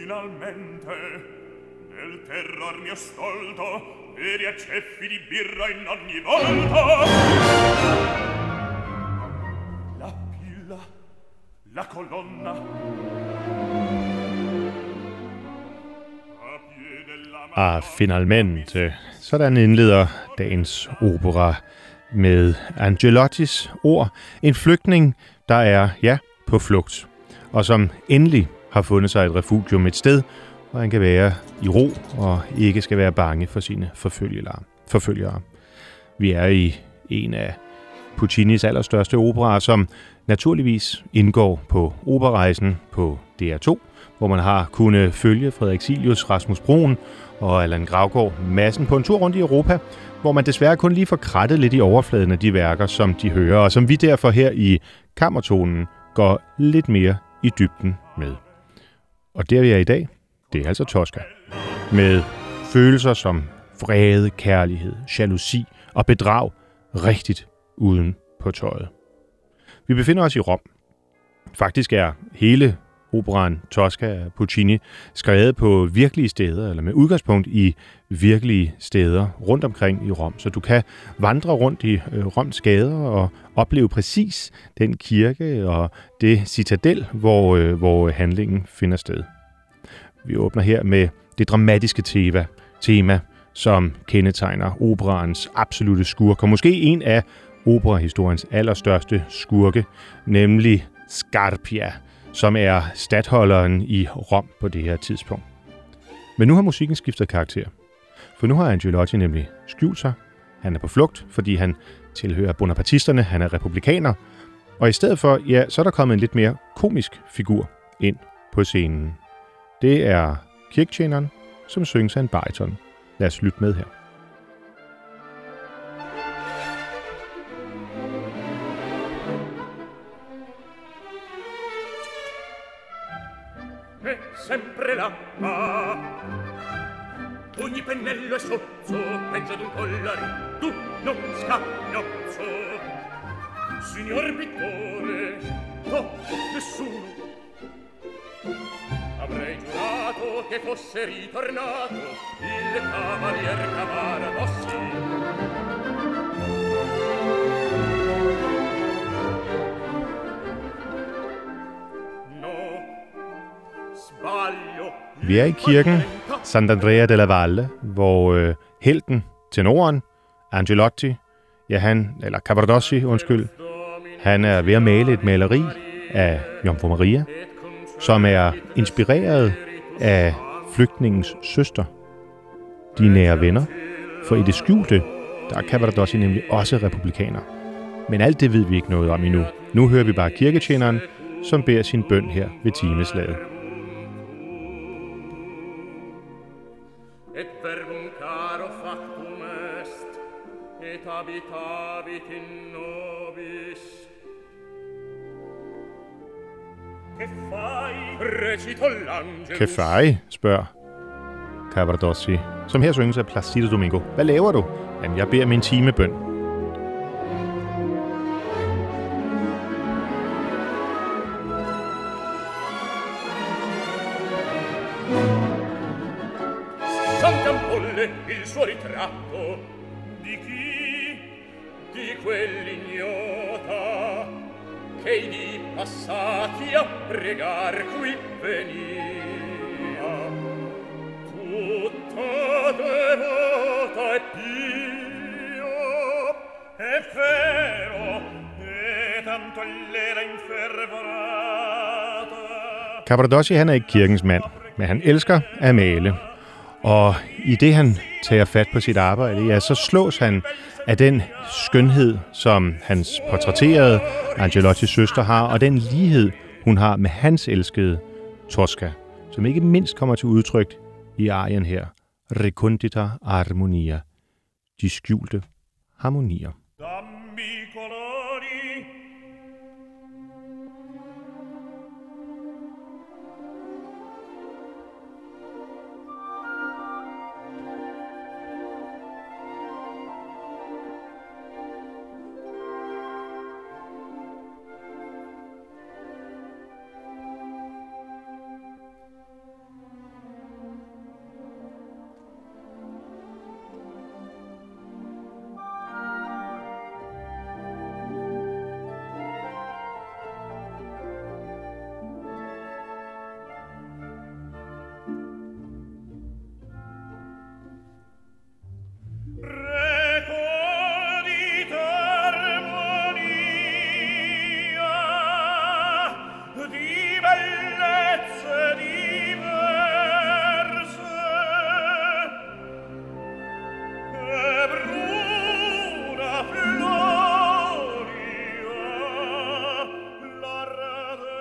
finalmente nel terror mio stolto veri acceppi di birra in ogni volta. La pilla, la colonna, Finalmente. Sådan indleder dagens opera med Angelottis ord. En flygtning, der er, ja, på flugt, og som endelig har fundet sig et refugium et sted, hvor han kan være i ro og ikke skal være bange for sine forfølgere. Vi er i en af Puccinis allerstørste operaer, som naturligvis indgår på Operarejsen på DR2, hvor man har kunnet følge Frederik Cilius, Rasmus Bruun og Allan Gravgaard Madsen på en tur rundt i Europa, hvor man desværre kun lige får krattet lidt i overfladen af de værker, som de hører, og som vi derfor her i Kammertonen går lidt mere i dybden med. Og der vi er i dag, det er altså Tosca. Med følelser som vrede, kærlighed, jalousi og bedrag rigtigt uden på tøjet. Vi befinder os i Rom. Faktisk er hele operaen Tosca af Puccini skrevet på virkelige steder, eller med udgangspunkt i virkelige steder rundt omkring i Rom. Så du kan vandre rundt i Roms gader og opleve præcis den kirke og det citadel, hvor handlingen finder sted. Vi åbner her med det dramatiske tema, som kendetegner operaens absolute skurk, og måske en af operahistoriens allerstørste skurke, nemlig Scarpia, som er statholderen i Rom på det her tidspunkt. Men nu har musikken skiftet karakter, for nu har Angelotti nemlig skjult sig. Han er på flugt, fordi han tilhører bonapartisterne, han er republikaner, og i stedet for, ja, så er der kommet en lidt mere komisk figur ind på scenen. Det er kirketjeneren, som synges af en bariton. Lad os lytte med her. Sempre là, ogni pennello è sozzo, peggio d'un collare, tu non scagnozzo. Signor pittore, no, nessuno. Avrei giurato che fosse ritornato il cavalier Cavaradossi. Vi er i kirken Sant'Andrea della Valle, hvor helten, tenoren, Angelotti, Cavaradossi, han er ved at male et maleri af Jomfru Maria, som er inspireret af flygtningens søster, de nære venner, for i det skjulte, der er Cavaradossi nemlig også republikaner. Men alt det ved vi ikke noget om endnu. Nu hører vi bare kirketjeneren, som beder sin bøn her ved timeslaget. Et verbum caro factum est, et habitavit in nobis. Che fai? Recito l'angelus. Che fai? Spørger Cavaradossi, som her synges af Placido Domingo. Hvad laver du? Jamen, jeg beder min timebøn. Il suo ritratto di chi? Di quell'ignota che i di passati a pregar qui venia, tutta devota e pia. È vero, e tanto l'era infervorata. Cavaradossi, han er ikke kirkens mand, men han elsker at male. Og i det han tager fat på sit arbejde, ja, så slås han af den skønhed, som hans portrætterede Angelottis søster har, og den lighed, hun har med hans elskede Tosca, som ikke mindst kommer til udtryk i arien her, Recondita Harmonia, de skjulte harmonier.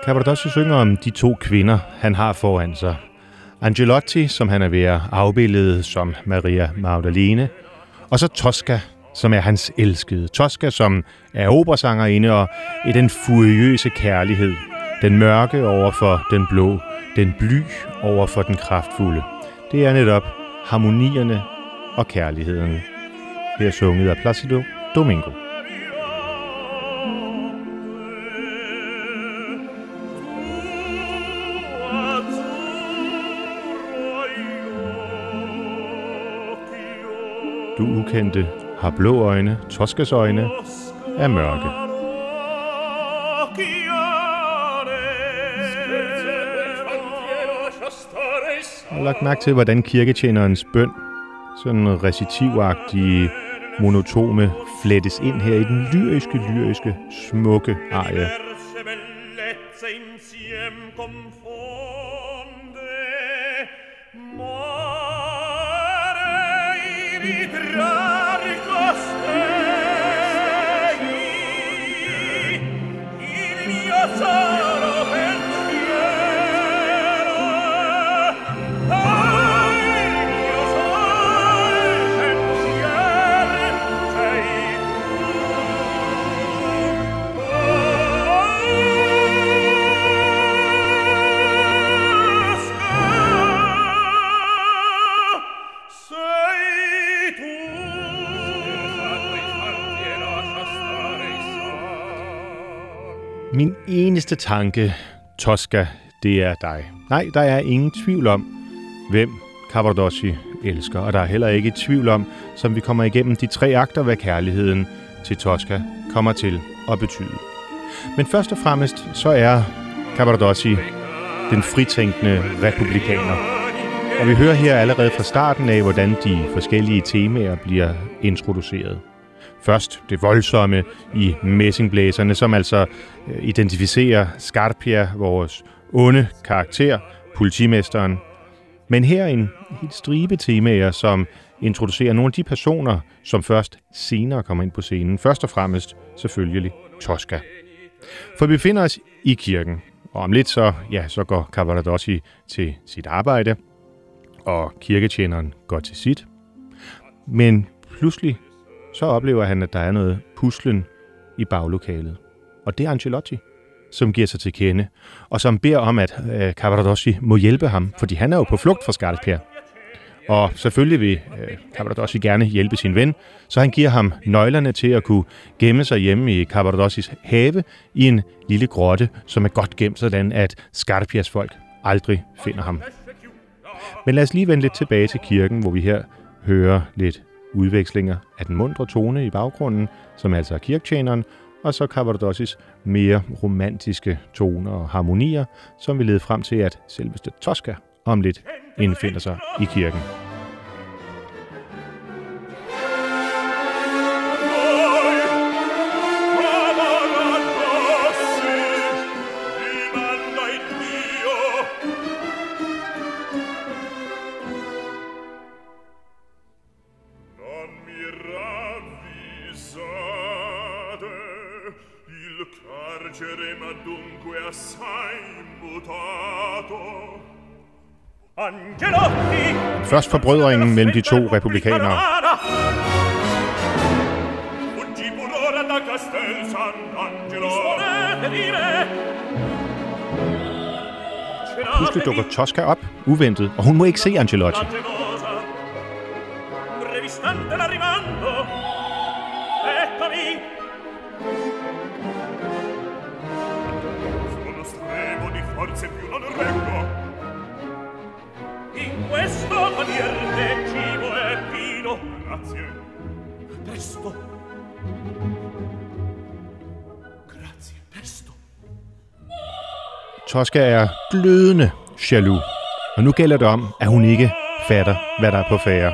Cavaradossi synger om de to kvinder, han har foran sig. Angelotti, som han er ved at afbillede som Maria Magdalene, og så Tosca, som er hans elskede. Tosca, som er operasangerinde og i den furiøse kærlighed. Den mørke over for den blå, den bly over for den kraftfulde. Det er netop harmonierne og kærligheden. Her sunget af Placido Domingo. Du ukendte har blå øjne, Toscas øjne er mørke. Jeg har lagt mærke til, hvordan kirketjenerens bøn, sådan recitivagtige, monotome, flettes ind her i den lyriske, smukke arie. Min eneste tanke, Tosca, det er dig. Nej, der er ingen tvivl om, hvem Cavaradossi elsker, og der er heller ikke tvivl om, som vi kommer igennem de 3 akter, hvad kærligheden til Tosca kommer til at betyde. Men først og fremmest, så er Cavaradossi den fritænkende republikaner. Og vi hører her allerede fra starten af, hvordan de forskellige temaer bliver introduceret. Først det voldsomme i messingblæserne, som altså identificerer Scarpia, vores onde karakter, politimesteren. Men her en helt stribe temaer, som introducerer nogle af de personer, som først senere kommer ind på scenen. Først og fremmest selvfølgelig Tosca. For vi befinder os i kirken, og om lidt så går Cavaradossi til sit arbejde, og kirketjeneren går til sit. Men pludselig så oplever han, at der er noget puslen i baglokalet. Og det er Angelotti, som giver sig til kende, og som beder om, at Cavaradossi må hjælpe ham, fordi han er jo på flugt fra Scarpia. Og selvfølgelig vil Cavaradossi gerne hjælpe sin ven, så han giver ham nøglerne til at kunne gemme sig hjemme i Cavaradossis have i en lille grotte, som er godt gemt, sådan at Scarpias folk aldrig finder ham. Men lad os lige vende lidt tilbage til kirken, hvor vi her hører lidt udvekslinger af den mundre tone i baggrunden, som altså er kirketjeneren, og så Cavaradossis mere romantiske toner og harmonier, som vil lede frem til, at selveste Tosca om lidt indfinder sig i kirken. Først forbrødringen mellem de to republikanere. Pludselig dukker Tosca op, uventet, og hun må ikke se Angelotti. Tosca er glødende jaloux, og nu gælder det om, at hun ikke fatter, hvad der er på færde.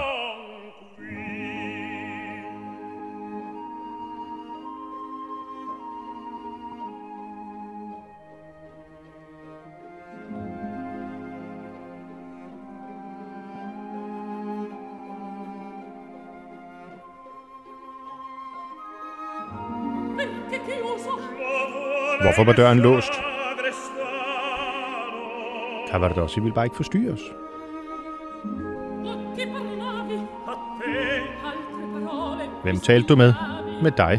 Hvorfor var døren låst? Cavaradossi ville bare ikke forstyrre os. Hvem talte du med? Med dig.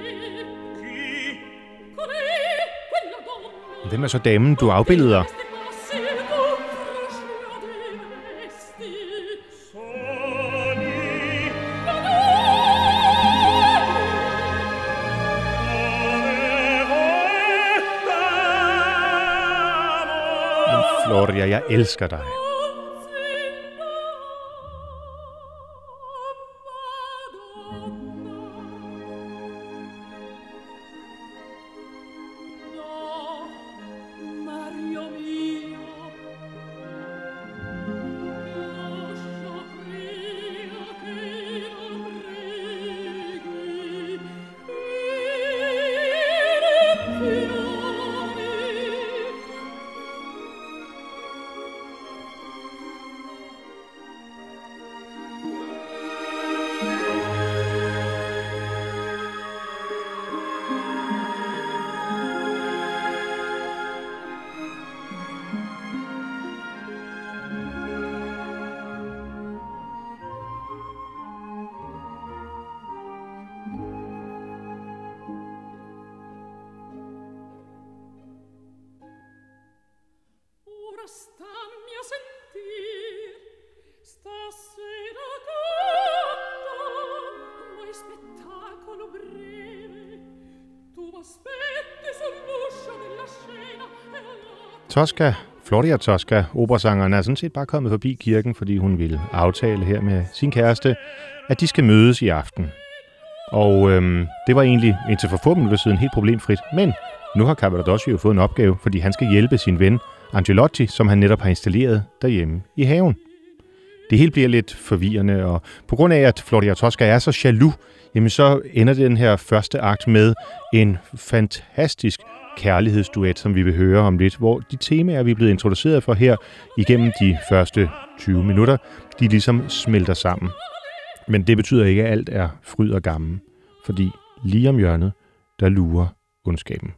Hvem er så damen, du afbilleder? Floria, jeg elsker dig. Tosca, Floria Tosca, operasangeren, er sådan set bare kommet forbi kirken, fordi hun ville aftale her med sin kæreste, at de skal mødes i aften. Og det var egentlig indtil for få minutter siden helt problemfrit, men nu har Cavaradossi jo fået en opgave, fordi han skal hjælpe sin ven Angelotti, som han netop har installeret derhjemme i haven. Det hele bliver lidt forvirrende, og på grund af, at Floria Tosca er så jaloux, jamen så ender den her første akt med en fantastisk kærlighedsduet, som vi vil høre om lidt, hvor de temaer, vi er blevet introduceret for her igennem de første 20 minutter, de ligesom smelter sammen. Men det betyder ikke, at alt er fryd og gammel, fordi lige om hjørnet, der lurer ondskaben.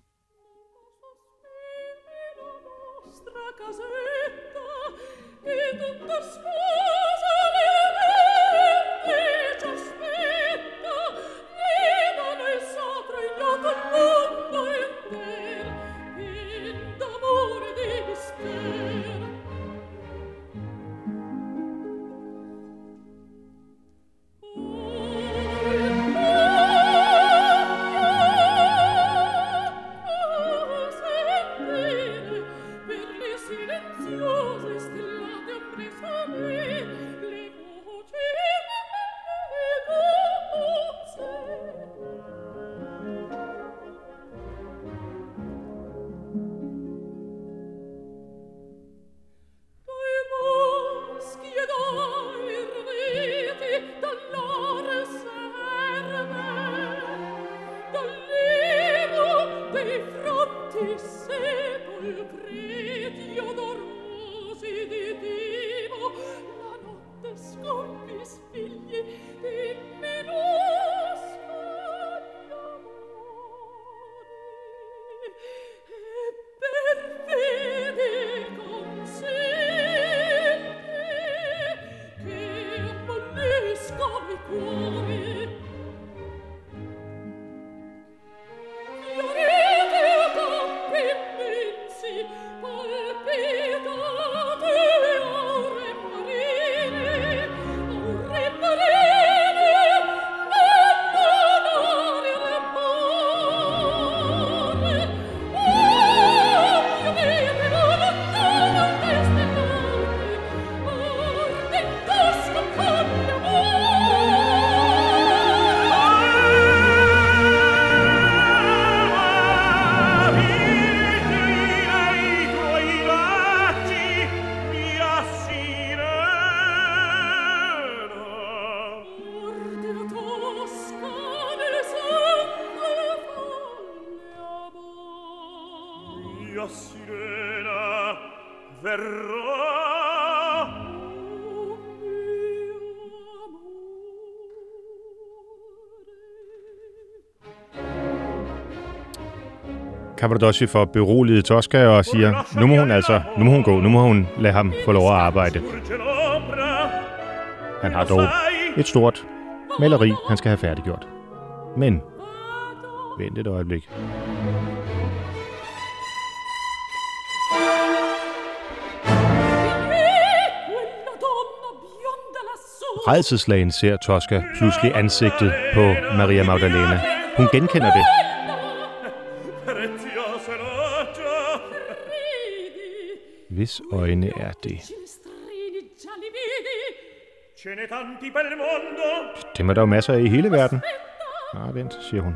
Cavaradossi får beroliget Tosca og siger, nu må hun gå, nu må hun lade ham få lov at arbejde. Han har dog et stort maleri, han skal have færdiggjort. Men, vent et øjeblik. Rædselsslagen ser Tosca pludselig ansigtet på Maria Magdalena. Hun genkender det. Hvis øjne er det? Dem er der jo masser af i hele verden. Vent, siger hun.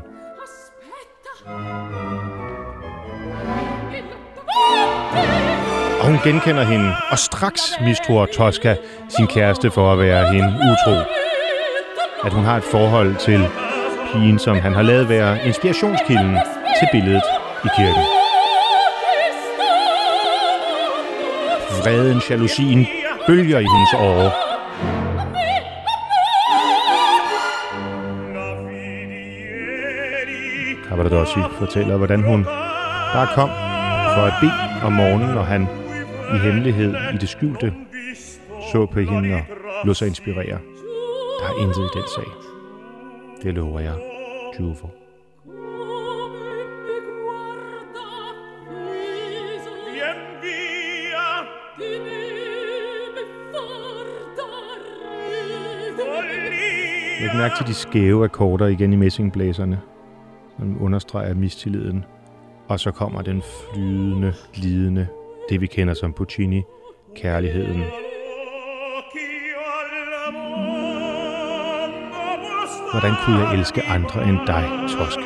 Og hun genkender hende, og straks mistror Tosca sin kæreste for at være hende utro. At hun har et forhold til pigen, som han har lavet være inspirationskilden til billedet i kirken. Vreden, jalousien bølger i hendes åre. Cavaradossi fortæller, hvordan hun bare kom for at bede om morgenen, når han i hemmelighed i det skjulte så på hende og lod sig inspirere. Der er intet i den sag. Det lover jeg, Giuvo. Læg mærke til de skæve akkorder igen i messingblæserne, som understreger mistilliden. Og så kommer den flydende, glidende, det vi kender som Puccini, kærligheden. Hvordan kunne jeg elske andre end dig, Tosca?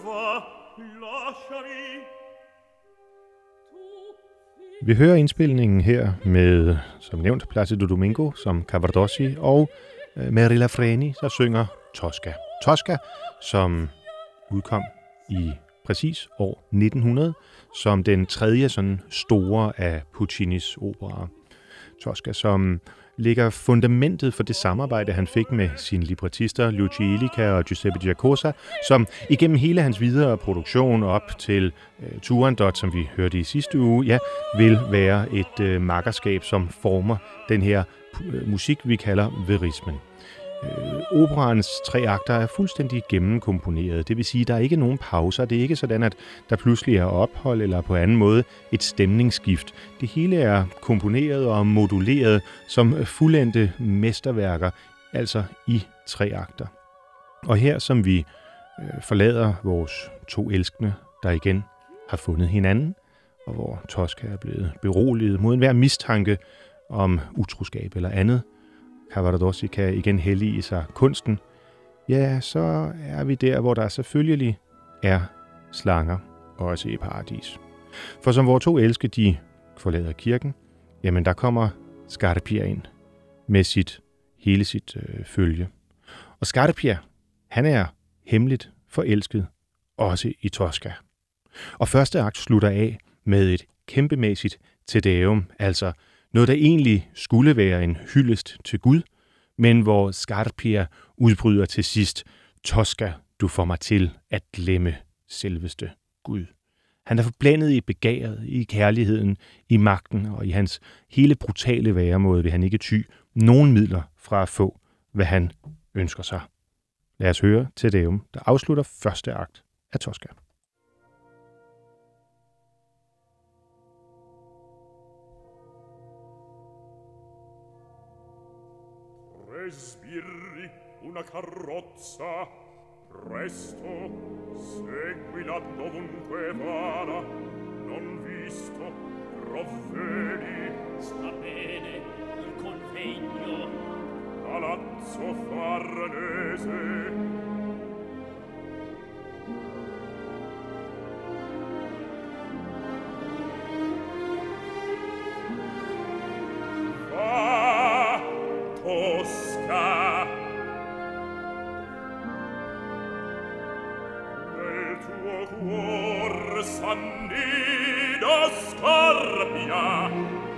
Vi hører indspilningen her med, som nævnt, Placido Domingo som Cavaradossi og Mary Lafreni, der synger Tosca. Tosca, som udkom i præcis år 1900, som den tredje sådan store af Puccinis operaer. Tosca, som ligger fundamentet for det samarbejde, han fik med sine librettister Luigi Illica og Giuseppe Giacosa, som igennem hele hans videre produktion op til Turandot, som vi hørte i sidste uge, ja, vil være et makkerskab, som former den her musik, vi kalder verismen. Operaens 3 akter er fuldstændig gennemkomponeret. Det vil sige, at der er ikke nogen pauser. Det er ikke sådan, at der pludselig er ophold eller på anden måde et stemningsskift. Det hele er komponeret og moduleret som fuldendte mesterværker, altså i 3 akter. Og her, som vi forlader vores 2 elskende, der igen har fundet hinanden, og hvor Tosca er blevet beroliget mod enhver mistanke om utroskab eller andet, Cavaradossi kan igen hellige sig kunsten, ja, så er vi der, hvor der selvfølgelig er slanger, også i paradis. For som vores 2 elske, de forlader kirken, jamen der kommer Scarpia ind med hele sit følge. Og Scarpia, han er hemmeligt forelsket, også i Tosca. Og første akt slutter af med et kæmpemæssigt Te Deum, altså noget, der egentlig skulle være en hyldest til Gud, men hvor Scarpia udbryder til sidst, Tosca, du får mig til at glemme selveste Gud. Han er forblændet i begæret, i kærligheden, i magten, og i hans hele brutale væremåde vil han ikke ty nogen midler fra at få, hvad han ønsker sig. Lad os høre Te Deum, der afslutter første akt af Tosca. Sbirri una carrozza, presto, seguila dovunque vada, non visto, provvedi. Sta bene, il convegno. Palazzo Farnese. Sannida Scarpia.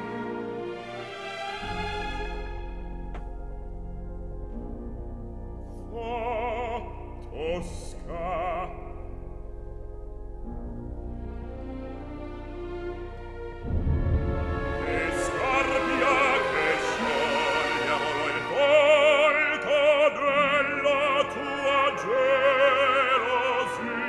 Tosca. E Scarpia che sciogliamo il volto della tua gelosia.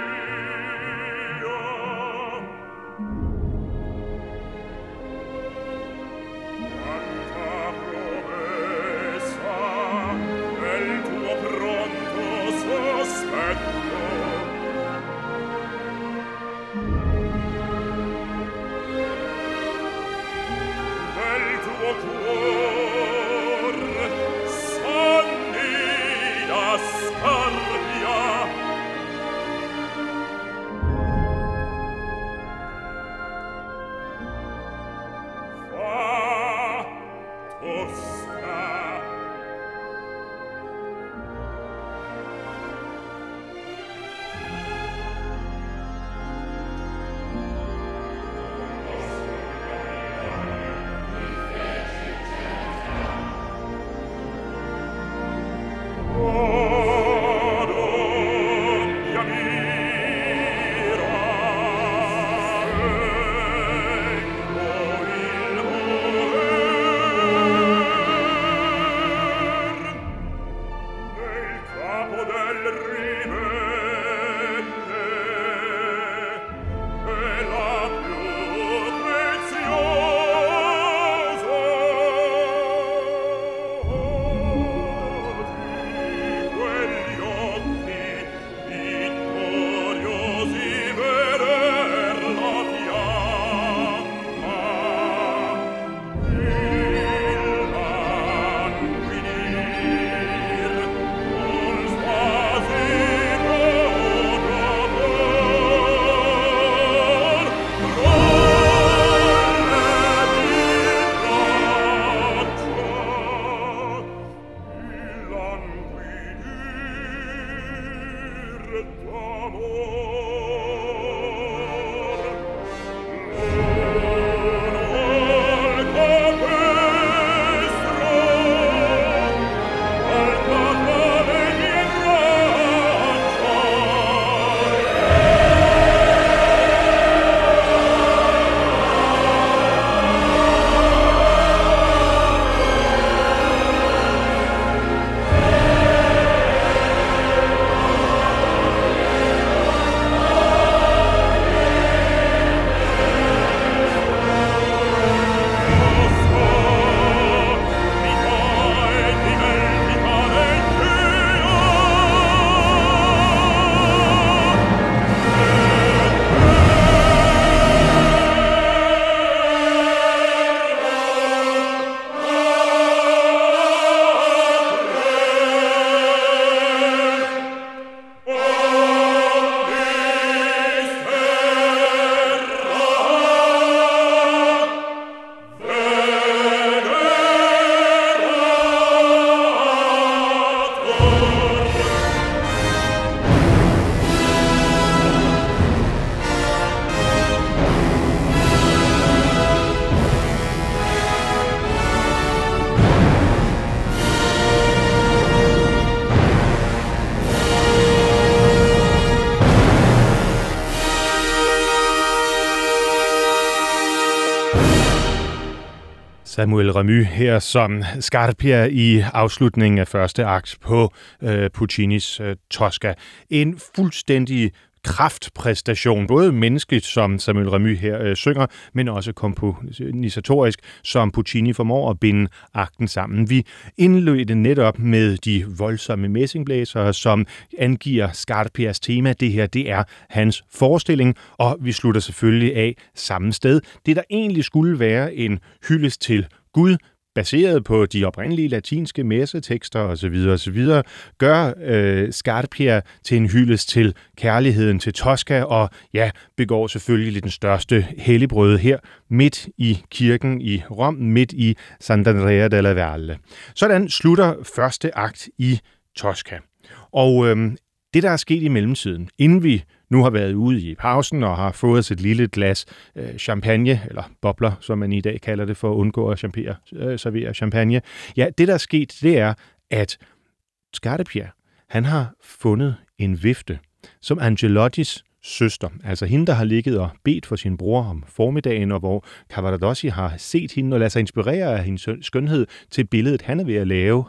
Samuel Rémy her som Scarpia i afslutningen af første akt på Puccinis Tosca. En fuldstændig kraftpræstation, både menneskeligt, som Samuel Rémy her synger, men også komponisatorisk, som Puccini formår at binde akten sammen. Vi indledte netop med de voldsomme messingblæsere, som angiver Scarpias tema. Det her, det er hans forestilling, og vi slutter selvfølgelig af samme sted. Det, der egentlig skulle være en hyldest til Gud, baseret på de oprindelige latinske messetekster osv., gør Scarpia til en hyldest til kærligheden til Tosca, og ja, begår selvfølgelig den største helligbrøde her, midt i kirken i Rom, midt i Sant'Andrea della Valle. Sådan slutter første akt i Tosca. Og det, der er sket i mellemtiden, inden vi nu har været ude i pausen og har fået os et lille glas champagne, eller bobler, som man i dag kalder det, for at undgå at servere champagne. Ja, det, der er sket, det er, at Scarpia, han har fundet en vifte, som Angelottis søster, altså hende, der har ligget og bedt for sin bror om formiddagen, og hvor Cavaradossi har set hende og lader sig inspirere af hendes skønhed til billedet, han er ved at lave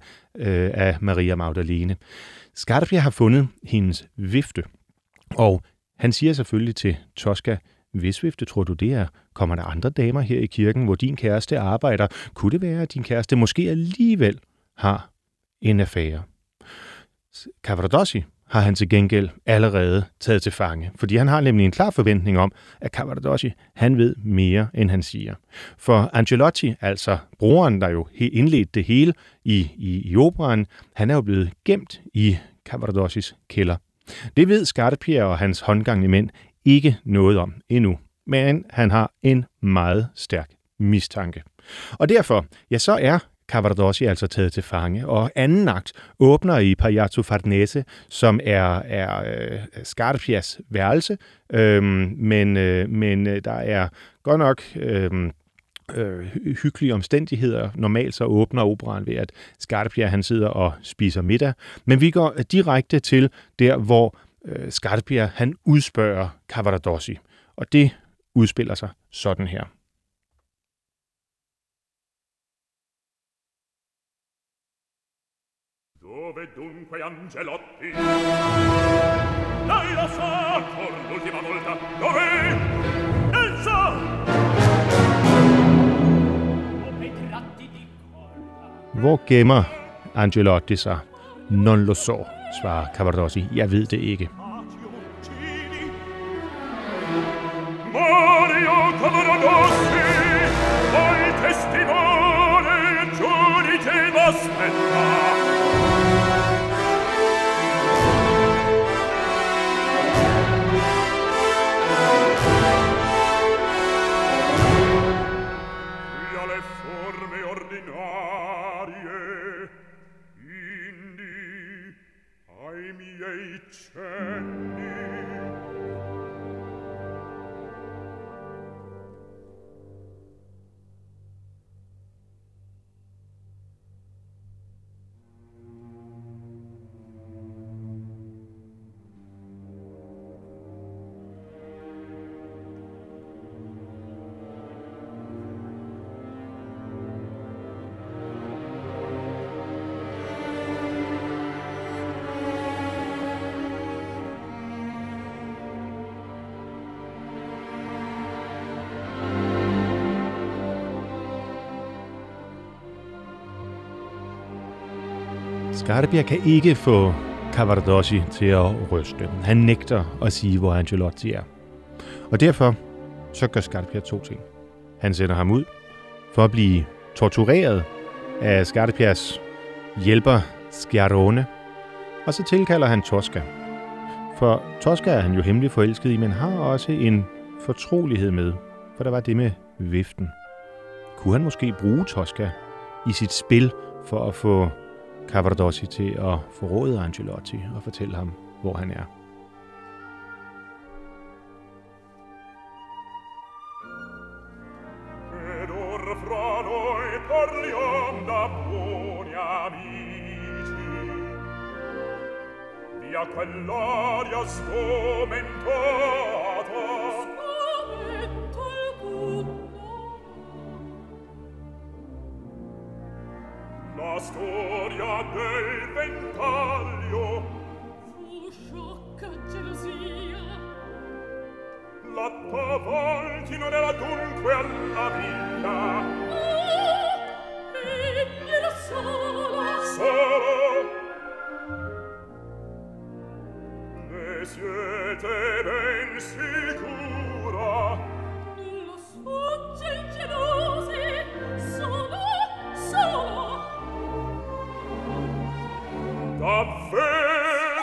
af Maria Magdalene. Scarpia har fundet hendes vifte, og han siger selvfølgelig til Tosca, hvis vifte tror du det er? Kommer der andre damer her i kirken, hvor din kæreste arbejder? Kunne det være, at din kæreste måske alligevel har en affære? Cavaradossi har han til gengæld allerede taget til fange, fordi han har nemlig en klar forventning om, at Cavaradossi, han ved mere, end han siger. For Angelotti, altså broren, der jo indledte det hele i operaen, han er jo blevet gemt i Cavaradossis kælder. Det ved Scarpia og hans håndgangne mænd ikke noget om endnu, men han har en meget stærk mistanke. Og derfor, ja, så er Cavaradossi altså taget til fange, og anden akt åbner i Palazzo Farnese, som er Scarpias værelse, men der er godt nok hyggelige omstændigheder. Normalt så åbner operaen ved, at Scarpia han sidder og spiser middag, men vi går direkte til der, hvor Scarpia han udspørger Cavaradossi, og det udspiller sig sådan her. Dove dunque Angelotti? Lei lo sa, for l'ultima volta. Dove? Elsa! Hvor gemmer Angelotti sig? Non lo so, svarer Cavaradossi. Jeg ved det ikke. Mario Cavaradossi, voi testimone, giudice d'aspetta. Ai miei cenni Scarpia kan ikke få Cavaradossi til at ryste. Han nægter at sige, hvor Angelotti er. Og derfor så gør Scarpia 2 ting. Han sender ham ud for at blive tortureret af Scarpias hjælper Sciarrone, og så tilkalder han Tosca. For Tosca er han jo hemmelig forelsket i, men har også en fortrolighed med, for der var det med viften. Kunne han måske bruge Tosca i sit spil for at få Cavaradossi til at forråde Angelotti og fortælle ham, hvor han er? Via quell'aria sgomentata Sgomento alcuno La storia del ventaglio fu sciocca gelosia L'Attavolti non era dunque alla villa egli era solo Solo siete ben sicura nulla sfugge ai gelosi solo davver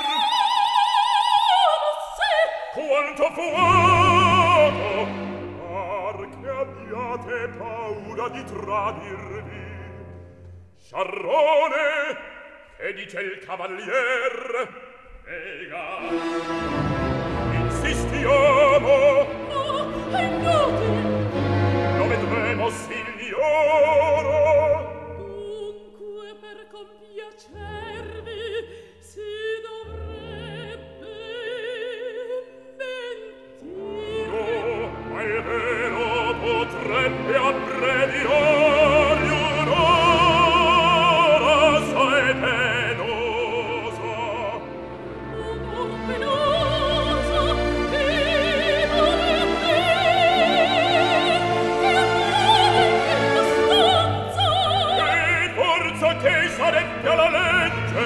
sì quanto fuoco perché abbiate paura di tradirvi Sciarrone che dice il cavalier Ega, insistiamo no è inutile Lo vedremo signora dunque per compiacervi si dovrebbe mentire No, ma è vero potrebbe abbreviare un'ora assai penosa penoso che vorrebbe che forza che sarebbe alla legge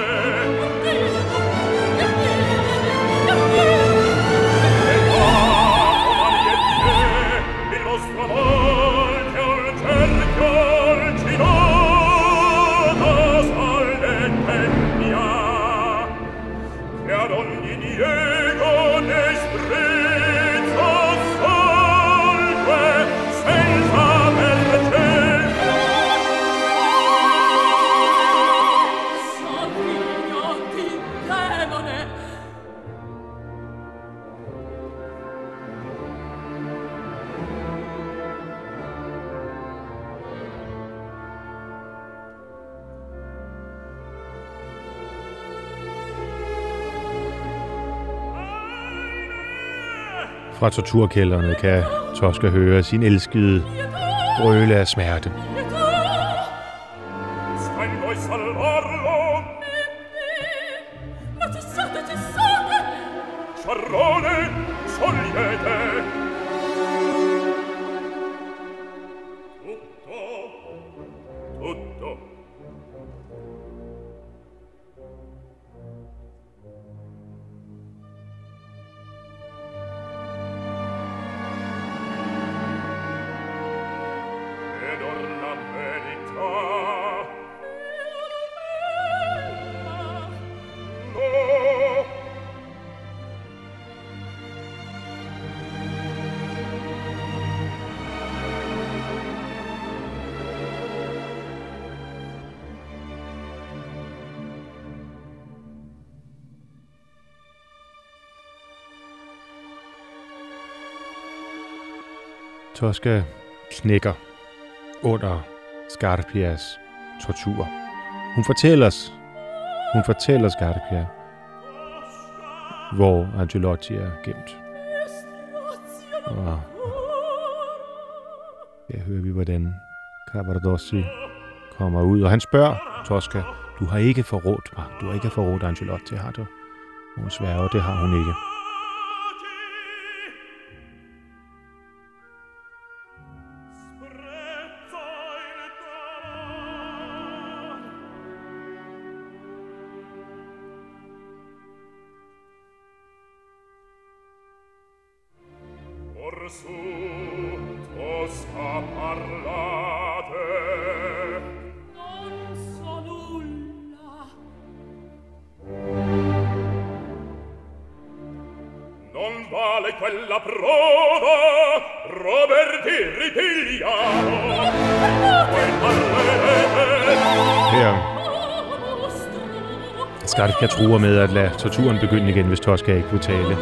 il vostro amor che al cerchio al cinota salve tempia che ad ogni diego ne sprezza salve senza merce sanguignotti demone Fra torturkælderne kan Tosca høre sin elskede brøle af smerte. sta in voi salvarlo ma cessate Sciarrone sogliete tutto ed or la verità no Tosca knækker under Scarpias tortur. Hun fortæller Scarpia, hvor Angelotti er gemt. Og her hører vi, hvordan Cavaradossi kommer ud, og han spørger Tosca, du har ikke forrådt mig, du har ikke forrådt Angelotti, har du? Hun sværger, det har hun ikke. Orsù, Tosca parlate. Non so nulla. Non vale quella proda, Roberti ripigliamo. Poi parlerete. Her Skartka truer med at lade torturen begynde igen, hvis Tosca ikke vil tale.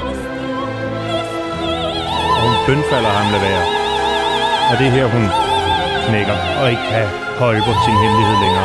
Og hun bønfalder ham lad være. Og det er her, hun knækker og ikke kan holde på sin hemmelighed længere.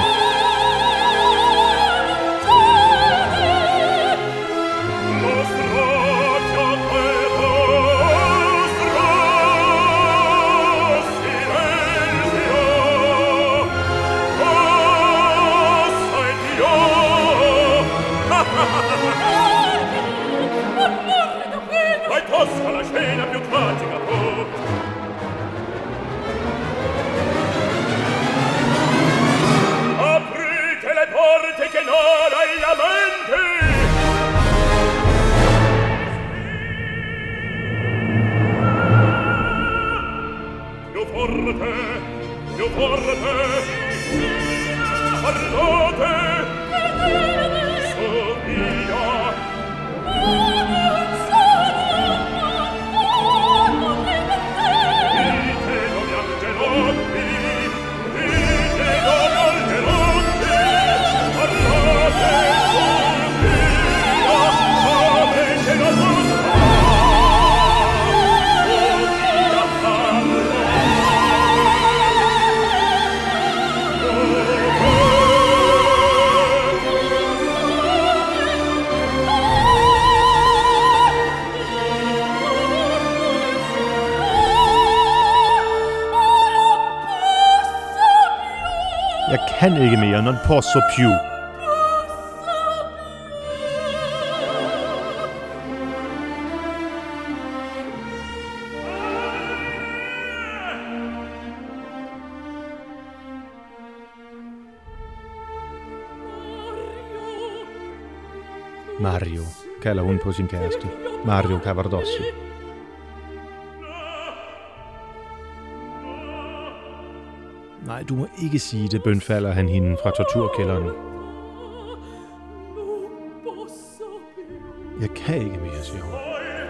Tosca la scena più tragica fu. Aprite le porte che non hai la mente. Più forte, più forte. Parlate. Sofia. Jeg kan ikke mere, non posso più. Mario, kalder hun på sin kæreste. Mario Cavardossi. Nej, du må ikke sige det, bønfalder han hende fra torturkælderen. Jeg kan ikke mere, siger hun.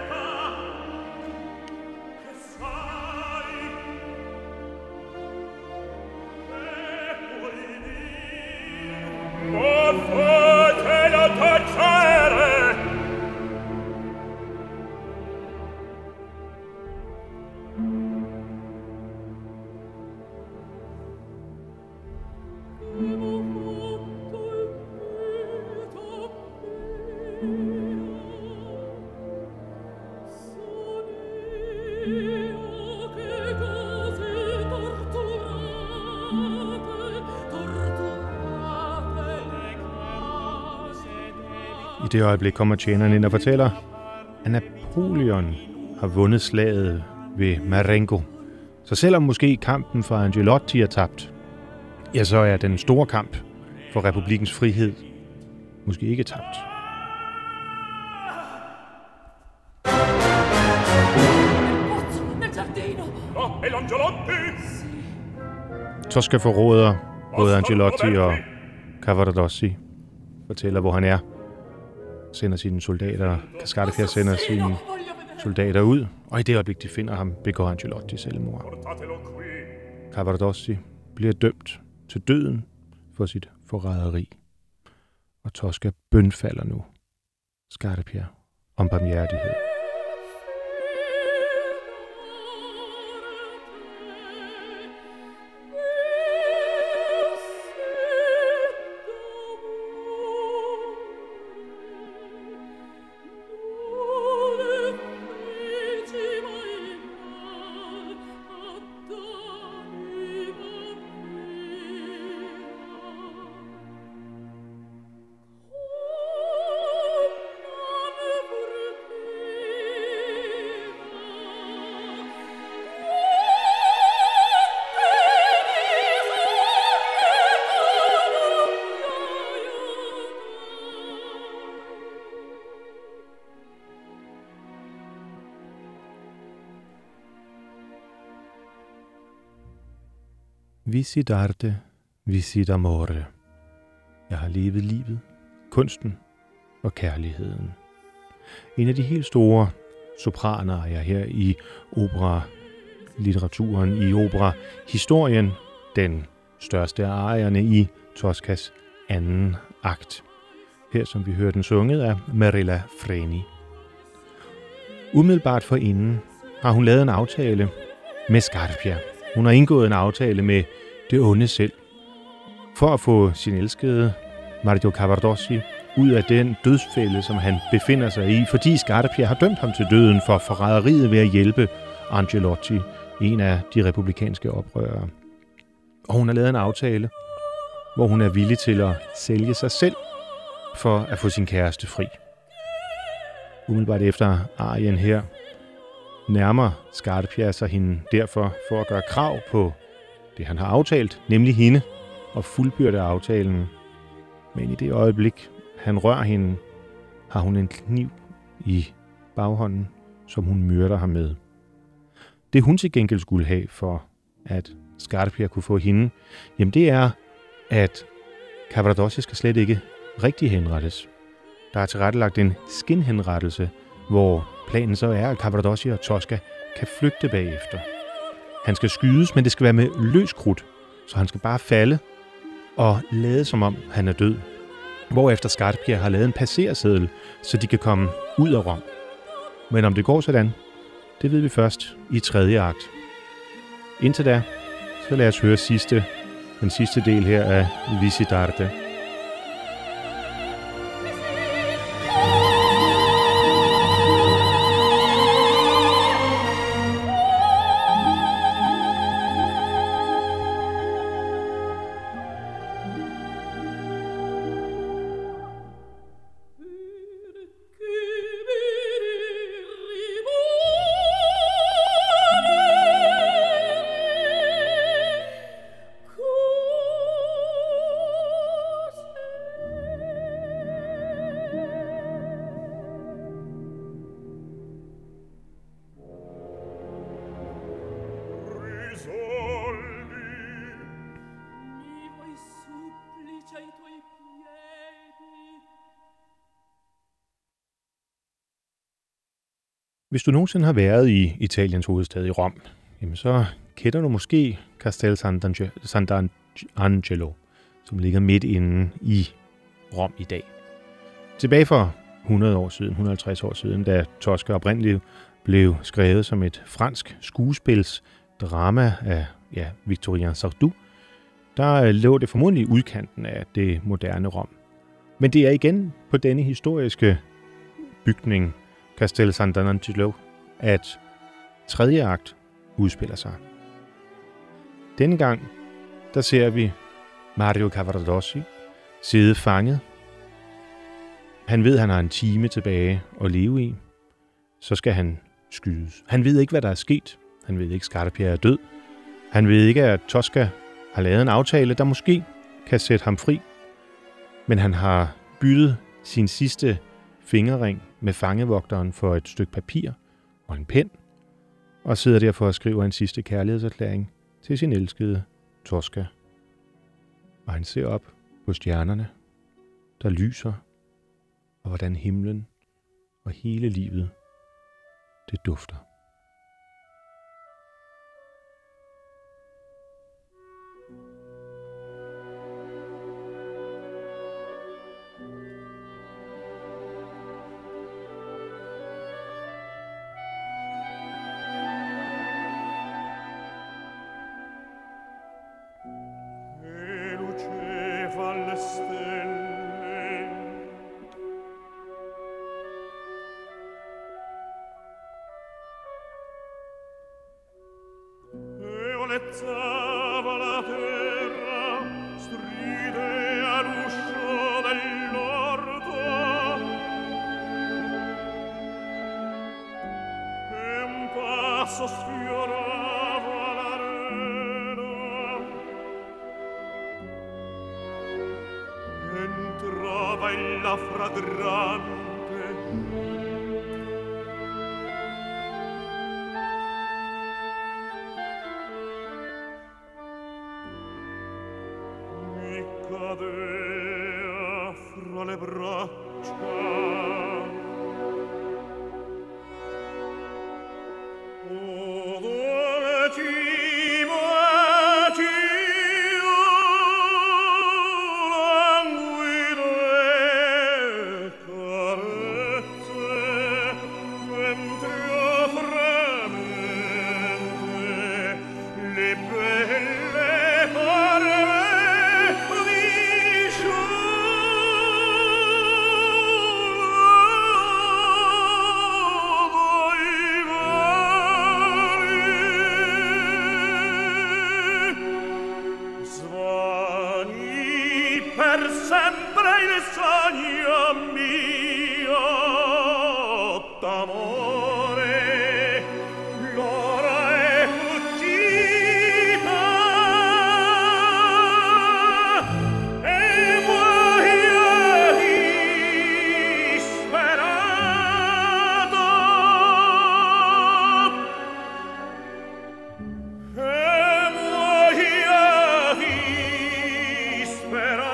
I det øjeblik kommer tjeneren ind og fortæller, at Napoleon har vundet slaget ved Marengo. Så selvom måske kampen for Angelotti er tabt, ja, så er den store kamp for republikkens frihed måske ikke tabt. Tosca forråder både Angelotti og Cavardossi, fortæller, hvor han er, sender sine soldater, Skartka sender sine soldater ud, og i det øjeblik, de finder ham, begår Angelotti selvmord. Cavardossi bliver dømt til døden for sit forræderi, og Tosca bønfalder nu Skartka om barmhjertighed. Visidarte, visidamore. Jeg har levet livet, kunsten og kærligheden. En af de helt store sopranarier her i operalitteraturen, i operahistorien, den største af arierne i Toscas anden akt. Her som vi hørte den sunget af Marilla Freni. Umiddelbart forinden har hun lavet en aftale med Scarpia. Hun har indgået en aftale med det onde selv, for at få sin elskede Mario Cavaradossi ud af den dødsfælde, som han befinder sig i, fordi Scarpia har dømt ham til døden for forræderiet ved at hjælpe Angelotti, en af de republikanske oprørere. Og hun har lavet en aftale, hvor hun er villig til at sælge sig selv for at få sin kæreste fri. Umiddelbart efter arien her nærmer Scarpia sig hende derfor for at gøre krav på det, han har aftalt, nemlig hende, og fuldbyrde aftalen. Men i det øjeblik, han rører hende, har hun en kniv i baghånden, som hun myrder ham med. Det hun til gengæld skulle have for, at Scarpia kunne få hende, jamen det er, at Cavaradossi skal slet ikke rigtig henrettes. Der er tilrettelagt en skinhenrettelse, hvor planen så er, at Cavaradossi og Tosca kan flygte bagefter. Han skal skydes, men det skal være med løs krudt, så han skal bare falde og lade som om han er død. Hvorefter Scarpia har lavet en passerseddel, så de kan komme ud af Rom. Men om det går sådan, det ved vi først i 3. akt. Indtil da, så lad os høre den sidste del her af Visidarte. Hvis du nogensinde har været i Italiens hovedstad i Rom, jamen så kender du måske Castel Sant'Angelo, som ligger midt inde i Rom i dag. Tilbage for 100 år siden, 150 år siden, da Tosca oprindeligt blev skrevet som et fransk skuespilsdrama af Victorien Sardou, der lå det formodentlig i udkanten af det moderne Rom. Men det er igen på denne historiske bygning, Castel Sant'Angelo, at 3. akt udspiller sig. Denne gang, der ser vi Mario Cavaradossi sidde fanget. Han ved, at han har en time tilbage at leve i. Så skal han skydes. Han ved ikke, hvad der er sket. Han ved ikke, at Scarpia er død. Han ved ikke, at Tosca har lavet en aftale, der måske kan sætte ham fri. Men han har byttet sin sidste fingerring med fangevogteren for et stykke papir og en pen, og sidder derfor og skriver en sidste kærlighedserklæring til sin elskede Tosca. Og han ser op på stjernerne, der lyser, og hvordan himlen og hele livet, det dufter. le braccia. O dolcissimo Dio, languide carezze, mentre fremente le belle parve di per sempre il sogno mio d'amore, l'ora è fuggita e muoio disperato, e muoio disperato.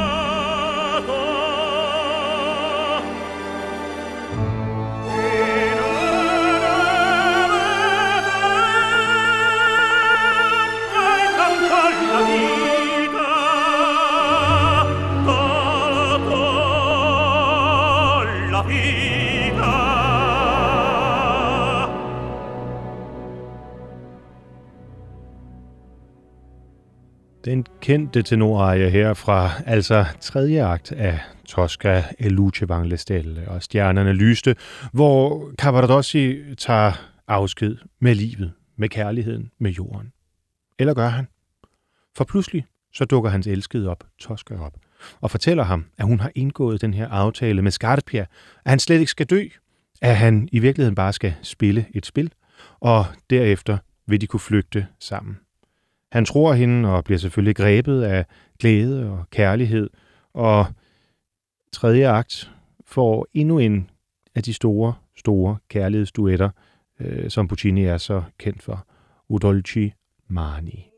Den kendte tenorarie her fra altså tredje akt af Tosca e luce van le stelle og Stjernerne lyste, hvor Cavaradossi tager afsked med livet, med kærligheden, med jorden. Eller gør han? For pludselig så dukker hans elskede op, Tosca op, og fortæller ham, at hun har indgået den her aftale med Scarpia, at han slet ikke skal dø, at han i virkeligheden bare skal spille et spil, og derefter vil de kunne flygte sammen. Han tror hende og bliver selvfølgelig grebet af glæde og kærlighed, og tredje akt får endnu en af de store kærlighedsduetter, som Puccini er så kendt for, O dolci mani.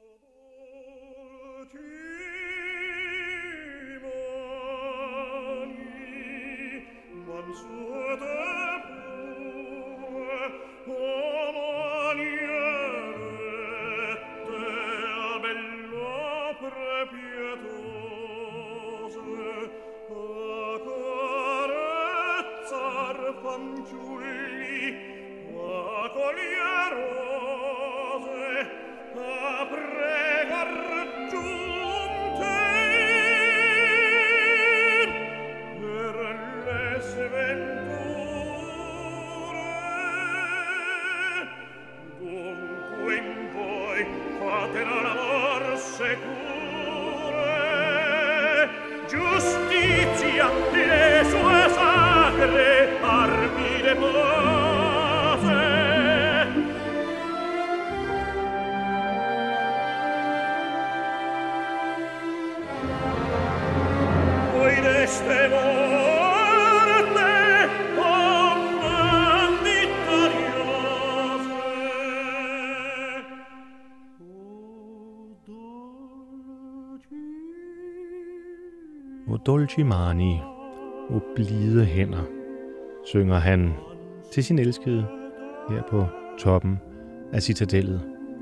Giustizia, le sue sacre armi depose. Poi deste morte, omne vittoriose. O dolci mani, o blide hænder, synger han til sin elskede her på toppen af citadellet.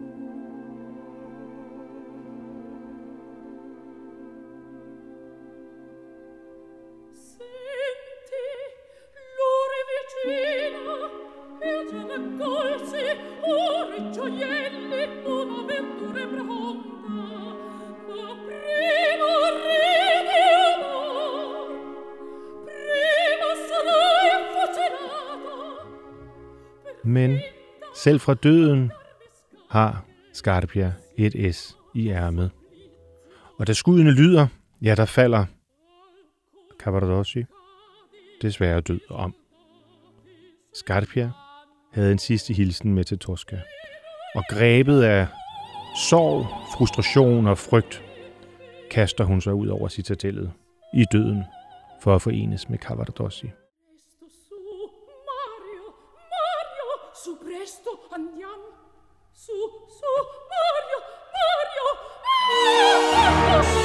Senti, l'ore vicina, e te raccolsi, ore gioielli, un'avventura pronta, ma prima ridi amor, prima sarai fucilata. Men selv fra døden har Scarpia et S i ærmet. Og da skuddene lyder, ja, der falder Cavaradossi desværre død om. Scarpia havde en sidste hilsen med til Tosca, og grebet af sorg, frustration og frygt, kaster hun sig ud over citadellet i døden for at forenes med Cavaradossi. Presto su, Mario, Mario, su presto andiamo. Su, Mario, Mario.